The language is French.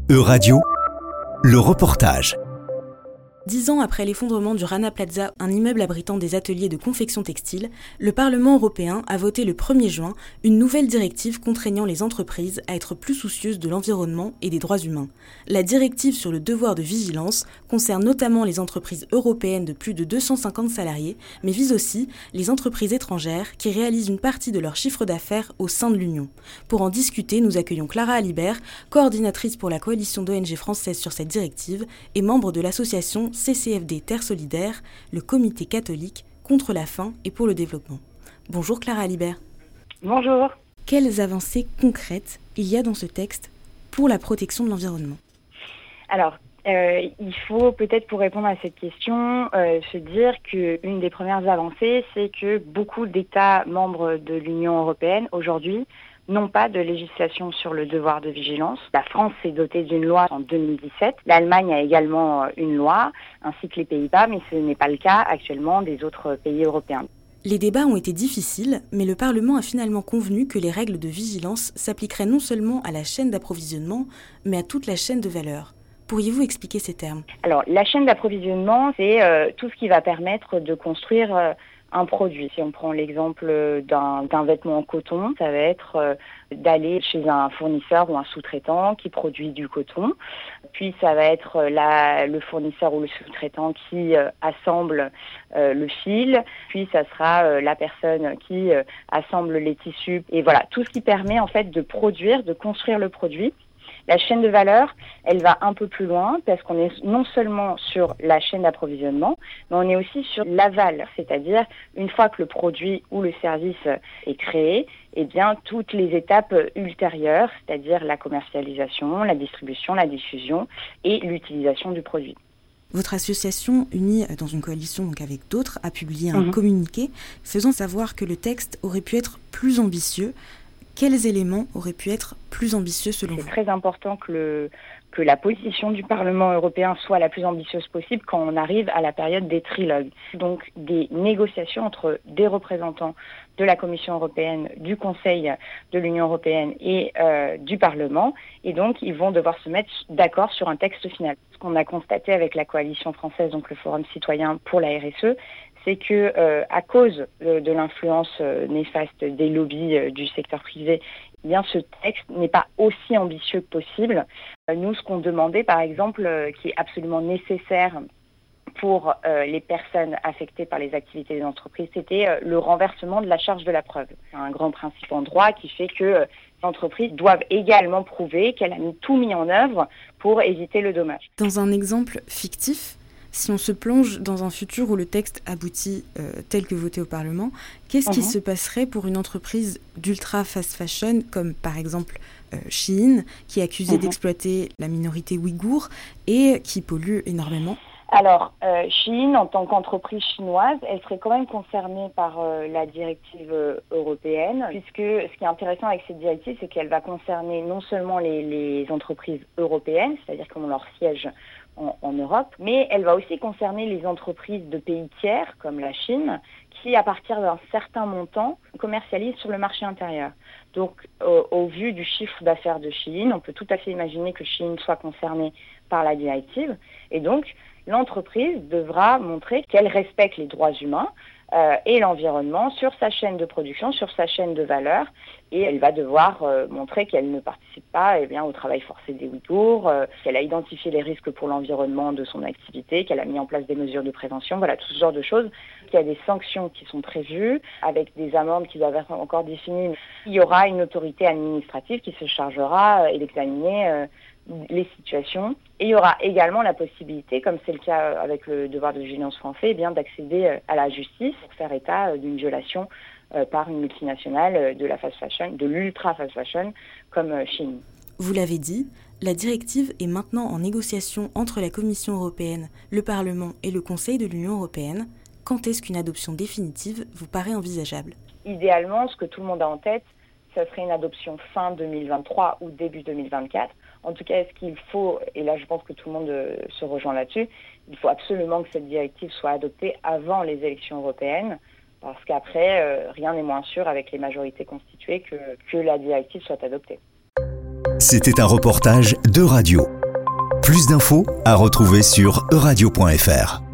Euradio, le reportage. 10 ans après l'effondrement du Rana Plaza, un immeuble abritant des ateliers de confection textile, le Parlement européen a voté le 1er juin une nouvelle directive contraignant les entreprises à être plus soucieuses de l'environnement et des droits humains. La directive sur le devoir de vigilance concerne notamment les entreprises européennes de plus de 250 salariés, mais vise aussi les entreprises étrangères qui réalisent une partie de leur chiffre d'affaires au sein de l'Union. Pour en discuter, nous accueillons Clara Alibert, coordinatrice pour la coalition d'ONG françaises sur cette directive et membre de l'association CCFD Terre Solidaire, le comité catholique contre la faim et pour le développement. Bonjour Clara Alibert. Bonjour. Quelles avancées concrètes il y a dans ce texte pour la protection de l'environnement ? Alors, il faut peut-être pour répondre à cette question se dire qu'une des premières avancées, c'est que beaucoup d'États membres de l'Union européenne aujourd'hui n'ont pas de législation sur le devoir de vigilance. La France s'est dotée d'une loi en 2017. L'Allemagne a également une loi, ainsi que les Pays-Bas, mais ce n'est pas le cas actuellement des autres pays européens. Les débats ont été difficiles, mais le Parlement a finalement convenu que les règles de vigilance s'appliqueraient non seulement à la chaîne d'approvisionnement, mais à toute la chaîne de valeur. Pourriez-vous expliquer ces termes ? Alors, la chaîne d'approvisionnement, c'est tout ce qui va permettre de construire un produit. Si on prend l'exemple d'un vêtement en coton, ça va être d'aller chez un fournisseur ou un sous-traitant qui produit du coton. Puis ça va être le fournisseur ou le sous-traitant qui assemble le fil. Puis ça sera la personne qui assemble les tissus. Et voilà, tout ce qui permet en fait de produire, de construire le produit. La chaîne de valeur, elle va un peu plus loin parce qu'on est non seulement sur la chaîne d'approvisionnement, mais on est aussi sur l'aval, c'est-à-dire une fois que le produit ou le service est créé, eh bien toutes les étapes ultérieures, c'est-à-dire la commercialisation, la distribution, la diffusion et l'utilisation du produit. Votre association, unie dans une coalition donc avec d'autres, a publié un communiqué faisant savoir que le texte aurait pu être plus ambitieux. Quels éléments auraient pu être plus ambitieux selon vous ? C'est très important que la position du Parlement européen soit la plus ambitieuse possible quand on arrive à la période des trilogues. Donc des négociations entre des représentants de la Commission européenne, du Conseil de l'Union européenne et du Parlement. Et donc ils vont devoir se mettre d'accord sur un texte final. Ce qu'on a constaté avec la coalition française, donc le Forum citoyen pour la RSE, c'est que à cause de l'influence néfaste des lobbies du secteur privé, eh bien ce texte n'est pas aussi ambitieux que possible. Nous, ce qu'on demandait, par exemple, qui est absolument nécessaire pour les personnes affectées par les activités des entreprises, c'était le renversement de la charge de la preuve. C'est un grand principe en droit qui fait que les entreprises doivent également prouver qu'elle a tout mis en œuvre pour éviter le dommage. Dans un exemple fictif, si on se plonge dans un futur où le texte aboutit tel que voté au Parlement, qu'est-ce qui se passerait pour une entreprise d'ultra fast fashion, comme par exemple Shein, qui est accusée d'exploiter la minorité ouïghour et qui pollue énormément ? Alors, Shein, en tant qu'entreprise chinoise, elle serait quand même concernée par la directive européenne, puisque ce qui est intéressant avec cette directive, c'est qu'elle va concerner non seulement les entreprises européennes, c'est-à-dire qui ont leur siège en Europe, mais elle va aussi concerner les entreprises de pays tiers, comme la Chine, qui, à partir d'un certain montant, commercialisent sur le marché intérieur. Donc, au vu du chiffre d'affaires de Shein, on peut tout à fait imaginer que Shein soit concernée par la directive, et donc l'entreprise devra montrer qu'elle respecte les droits humains et l'environnement sur sa chaîne de production, sur sa chaîne de valeur, et elle va devoir montrer qu'elle ne participe pas au travail forcé des Ouïghours, qu'elle a identifié les risques pour l'environnement de son activité, qu'elle a mis en place des mesures de prévention, voilà, tout ce genre de choses. Il y a des sanctions qui sont prévues, avec des amendes qui doivent être encore définies. Il y aura une autorité administrative qui se chargera d'examiner les situations. Et il y aura également la possibilité, comme c'est le cas avec le devoir de vigilance français, d'accéder à la justice pour faire état d'une violation par une multinationale de la fast fashion, de l'ultra fast fashion, comme Shein. Vous l'avez dit, la directive est maintenant en négociation entre la Commission européenne, le Parlement et le Conseil de l'Union européenne. Quand est-ce qu'une adoption définitive vous paraît envisageable ? Idéalement, ce que tout le monde a en tête, ça serait une adoption fin 2023 ou début 2024. En tout cas, ce qu'il faut, et là je pense que tout le monde se rejoint là-dessus, il faut absolument que cette directive soit adoptée avant les élections européennes, parce qu'après, rien n'est moins sûr avec les majorités constituées que la directive soit adoptée. C'était un reportage d'Euradio. Plus d'infos à retrouver sur euradio.fr.